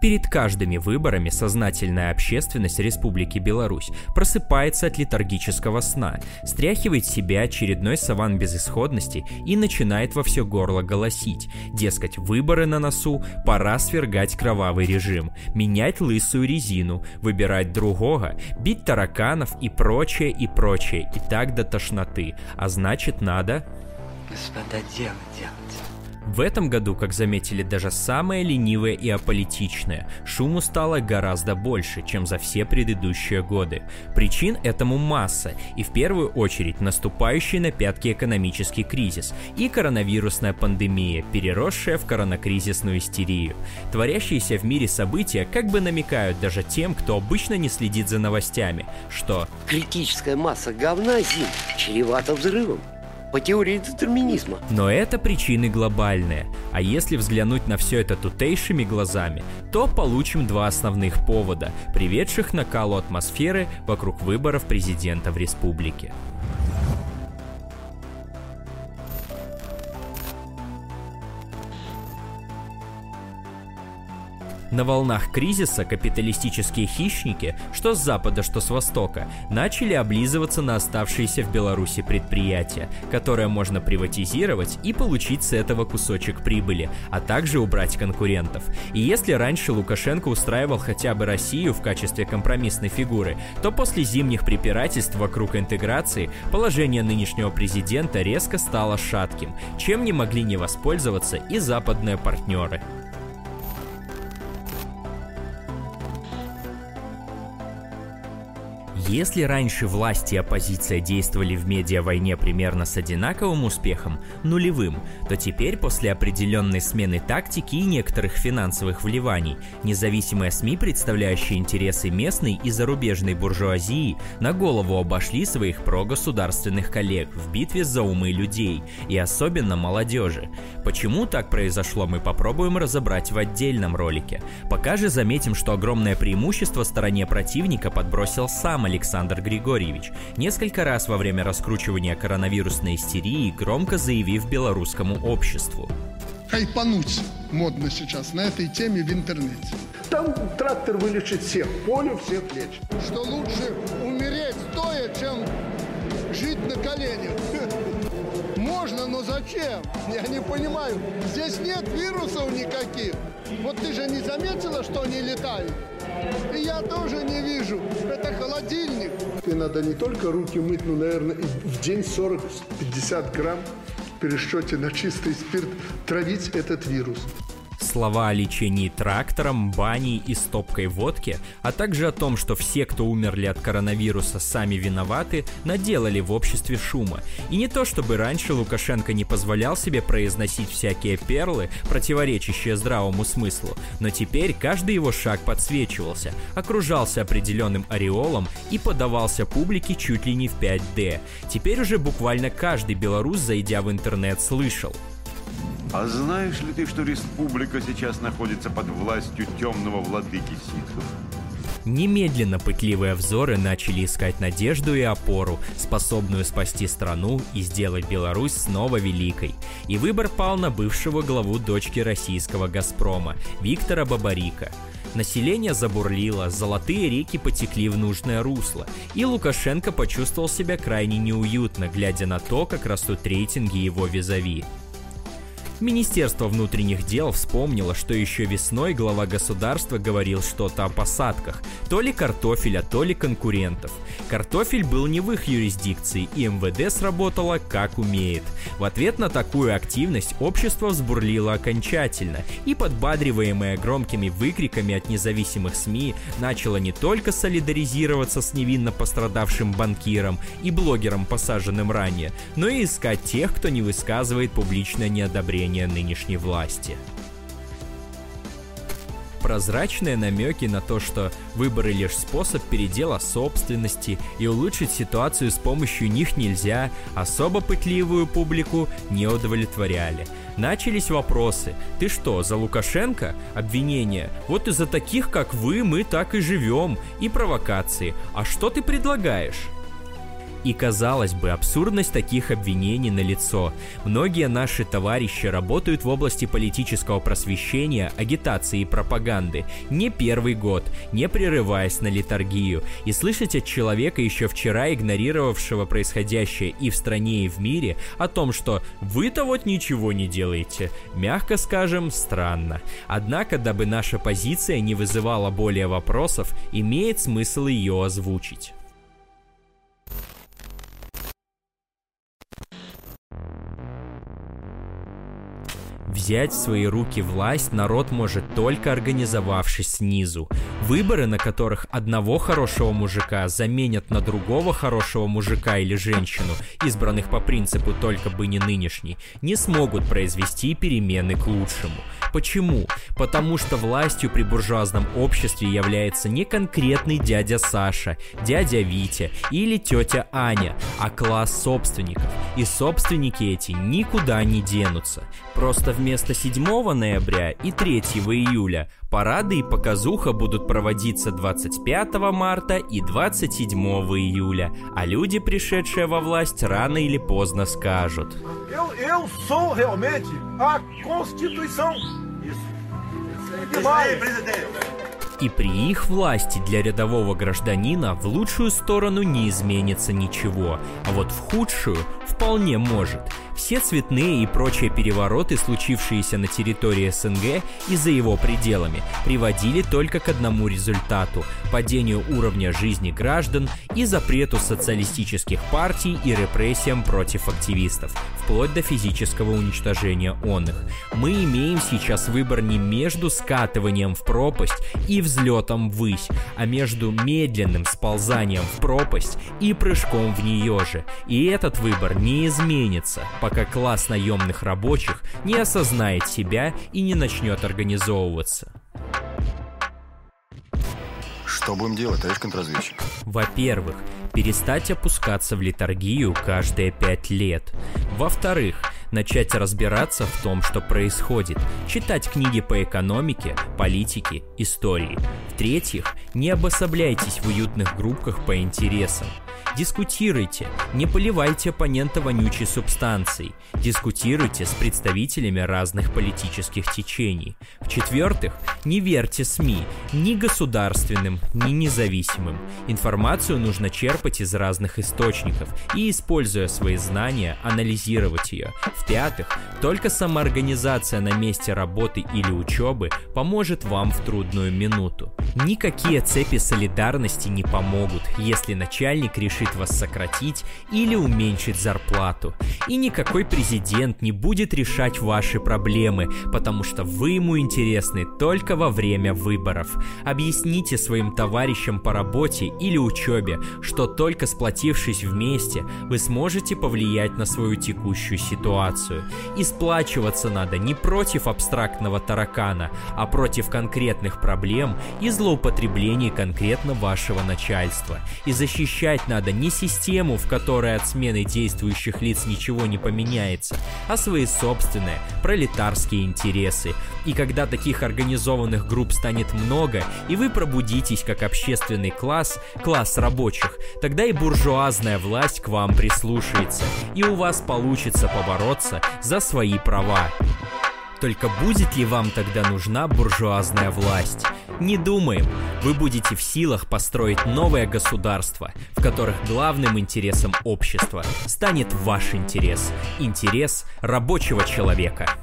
Перед каждыми выборами сознательная общественность Республики Беларусь просыпается от летаргического сна, стряхивает с себя очередной саван безысходности и начинает во все горло голосить. Дескать, выборы на носу, пора свергать кровавый режим, менять лысую резину, выбирать другого, бить тараканов и прочее, и прочее, и так до тошноты. А значит, надо... Господа, делать. В этом году, как заметили даже самые ленивые и аполитичные, шуму стало гораздо больше, чем за все предыдущие годы. Причин этому масса, и в первую очередь наступающий на пятки экономический кризис и коронавирусная пандемия, переросшая в коронакризисную истерию. Творящиеся в мире события как бы намекают даже тем, кто обычно не следит за новостями, что критическая масса говна зим чревата взрывом. По теории детерминизма. Но это причины глобальные. А если взглянуть на все это тутейшими глазами, то получим два основных повода, приведших к накалу атмосферы вокруг выборов президента в республике. На волнах кризиса капиталистические хищники, что с запада, что с востока, начали облизываться на оставшиеся в Беларуси предприятия, которые можно приватизировать и получить с этого кусочек прибыли, а также убрать конкурентов. И если раньше Лукашенко устраивал хотя бы Россию в качестве компромиссной фигуры, то после зимних препирательств вокруг интеграции положение нынешнего президента резко стало шатким, чем не могли не воспользоваться и западные партнеры. Если раньше власть и оппозиция действовали в медиавойне примерно с одинаковым успехом, нулевым, то теперь после определенной смены тактики и некоторых финансовых вливаний, независимые СМИ, представляющие интересы местной и зарубежной буржуазии, на голову обошли своих прогосударственных коллег в битве за умы людей, и особенно молодежи. Почему так произошло, мы попробуем разобрать в отдельном ролике. Пока же заметим, что огромное преимущество стороне противника подбросил сам Александр Григорьевич, несколько раз во время раскручивания коронавирусной истерии громко заявив белорусскому обществу: хайпануть модно сейчас на этой теме в интернете. Там трактор вылечит всех, поле всех лечит. Что лучше умереть стоя, чем жить на коленях. Можно, но зачем? Я не понимаю. Здесь нет вирусов никаких. Вот ты же не заметила, что они летают? И я тоже не вижу. Это холодильник. И надо не только руки мыть, но, наверное, в день 40-50 грамм в пересчете на чистый спирт травить этот вирус. Слова о лечении трактором, баней и стопкой водки, а также о том, что все, кто умерли от коронавируса, сами виноваты, наделали в обществе шума. И не то чтобы раньше Лукашенко не позволял себе произносить всякие перлы, противоречащие здравому смыслу, но теперь каждый его шаг подсвечивался, окружался определенным ореолом и подавался публике чуть ли не в 5D. Теперь уже буквально каждый белорус, зайдя в интернет, слышал: а знаешь ли ты, что республика сейчас находится под властью темного владыки ситхов? Немедленно пытливые взоры начали искать надежду и опору, способную спасти страну и сделать Беларусь снова великой. И выбор пал на бывшего главу дочки российского «Газпрома» Виктора Бабарика. Население забурлило, золотые реки потекли в нужное русло, и Лукашенко почувствовал себя крайне неуютно, глядя на то, как растут рейтинги его визави. Министерство внутренних дел вспомнило, что еще весной глава государства говорил что-то о посадках, то ли картофеля, то ли конкурентов. Картофель был не в их юрисдикции, и МВД сработало как умеет. В ответ на такую активность общество взбурлило окончательно, и подбадриваемое громкими выкриками от независимых СМИ начало не только солидаризироваться с невинно пострадавшим банкиром и блогером, посаженным ранее, но и искать тех, кто не высказывает публичное неодобрение нынешней власти. Прозрачные намеки на то, что выборы лишь способ передела собственности и улучшить ситуацию с помощью них нельзя, особо пытливую публику не удовлетворяли. Начались вопросы: ты что, за Лукашенко? Обвинения: вот из-за таких, как вы, мы так и живем. И провокации: а что ты предлагаешь? И казалось бы, абсурдность таких обвинений налицо. Многие наши товарищи работают в области политического просвещения, агитации и пропаганды не первый год, не прерываясь на литургию. И слышать от человека, еще вчера игнорировавшего происходящее и в стране, и в мире, о том, что «вы-то вот ничего не делаете», мягко скажем, странно. Однако, дабы наша позиция не вызывала более вопросов, имеет смысл ее озвучить. Взять в свои руки власть народ может только организовавшись снизу. Выборы, на которых одного хорошего мужика заменят на другого хорошего мужика или женщину, избранных по принципу «только бы не нынешний», не смогут произвести перемены к лучшему. Почему? Потому что властью при буржуазном обществе является не конкретный дядя Саша, дядя Витя или тетя Аня, а класс собственников. И собственники эти никуда не денутся. Просто вместо 7 ноября и 3 июля парады и показуха будут проводиться 25 марта и 27 июля, а люди, пришедшие во власть, рано или поздно скажут: Eu sou realmente a Constituição. И при их власти для рядового гражданина в лучшую сторону не изменится ничего, а вот в худшую вполне может. Все цветные и прочие перевороты, случившиеся на территории СНГ и за его пределами, приводили только к одному результату – падению уровня жизни граждан и запрету социалистических партий и репрессиям против активистов, вплоть до физического уничтожения оных. Мы имеем сейчас выбор не между скатыванием в пропасть и взлетом ввысь, а между медленным сползанием в пропасть и прыжком в нее же. И этот выбор не изменится, пока класс наемных рабочих не осознает себя и не начнет организовываться. Что будем делать, товарищ контрразведчик? Во-первых, перестать опускаться в литургию каждые 5 лет. Во-вторых, начать разбираться в том, что происходит, читать книги по экономике, политике, истории. В-третьих, не обособляйтесь в уютных группках по интересам. Дискутируйте, не поливайте оппонента вонючей субстанцией. Дискутируйте с представителями разных политических течений. В-четвертых, не верьте СМИ, ни государственным, ни независимым. Информацию нужно черпать из разных источников и, используя свои знания, анализировать ее. В-пятых, только самоорганизация на месте работы или учебы поможет вам в трудную минуту. Никакие цепи солидарности не помогут, если начальник решит вас сократить или уменьшить зарплату. И никакой президент не будет решать ваши проблемы, потому что вы ему интересны только во время выборов. Объясните своим товарищам по работе или учебе, что только сплотившись вместе, вы сможете повлиять на свою текущую ситуацию. И сплачиваться надо не против абстрактного таракана, а против конкретных проблем и злоупотреблений конкретно вашего начальства. И защищать надо не систему, в которой от смены действующих лиц ничего не поменяется, а свои собственные пролетарские интересы. И когда таких организованных групп станет много, и вы пробудитесь как общественный класс, класс рабочих, тогда и буржуазная власть к вам прислушается, и у вас получится побороться за свои права. Только будет ли вам тогда нужна буржуазная власть? Не думаем. Вы будете в силах построить новое государство, в которых главным интересом общества станет ваш интерес – интерес рабочего человека.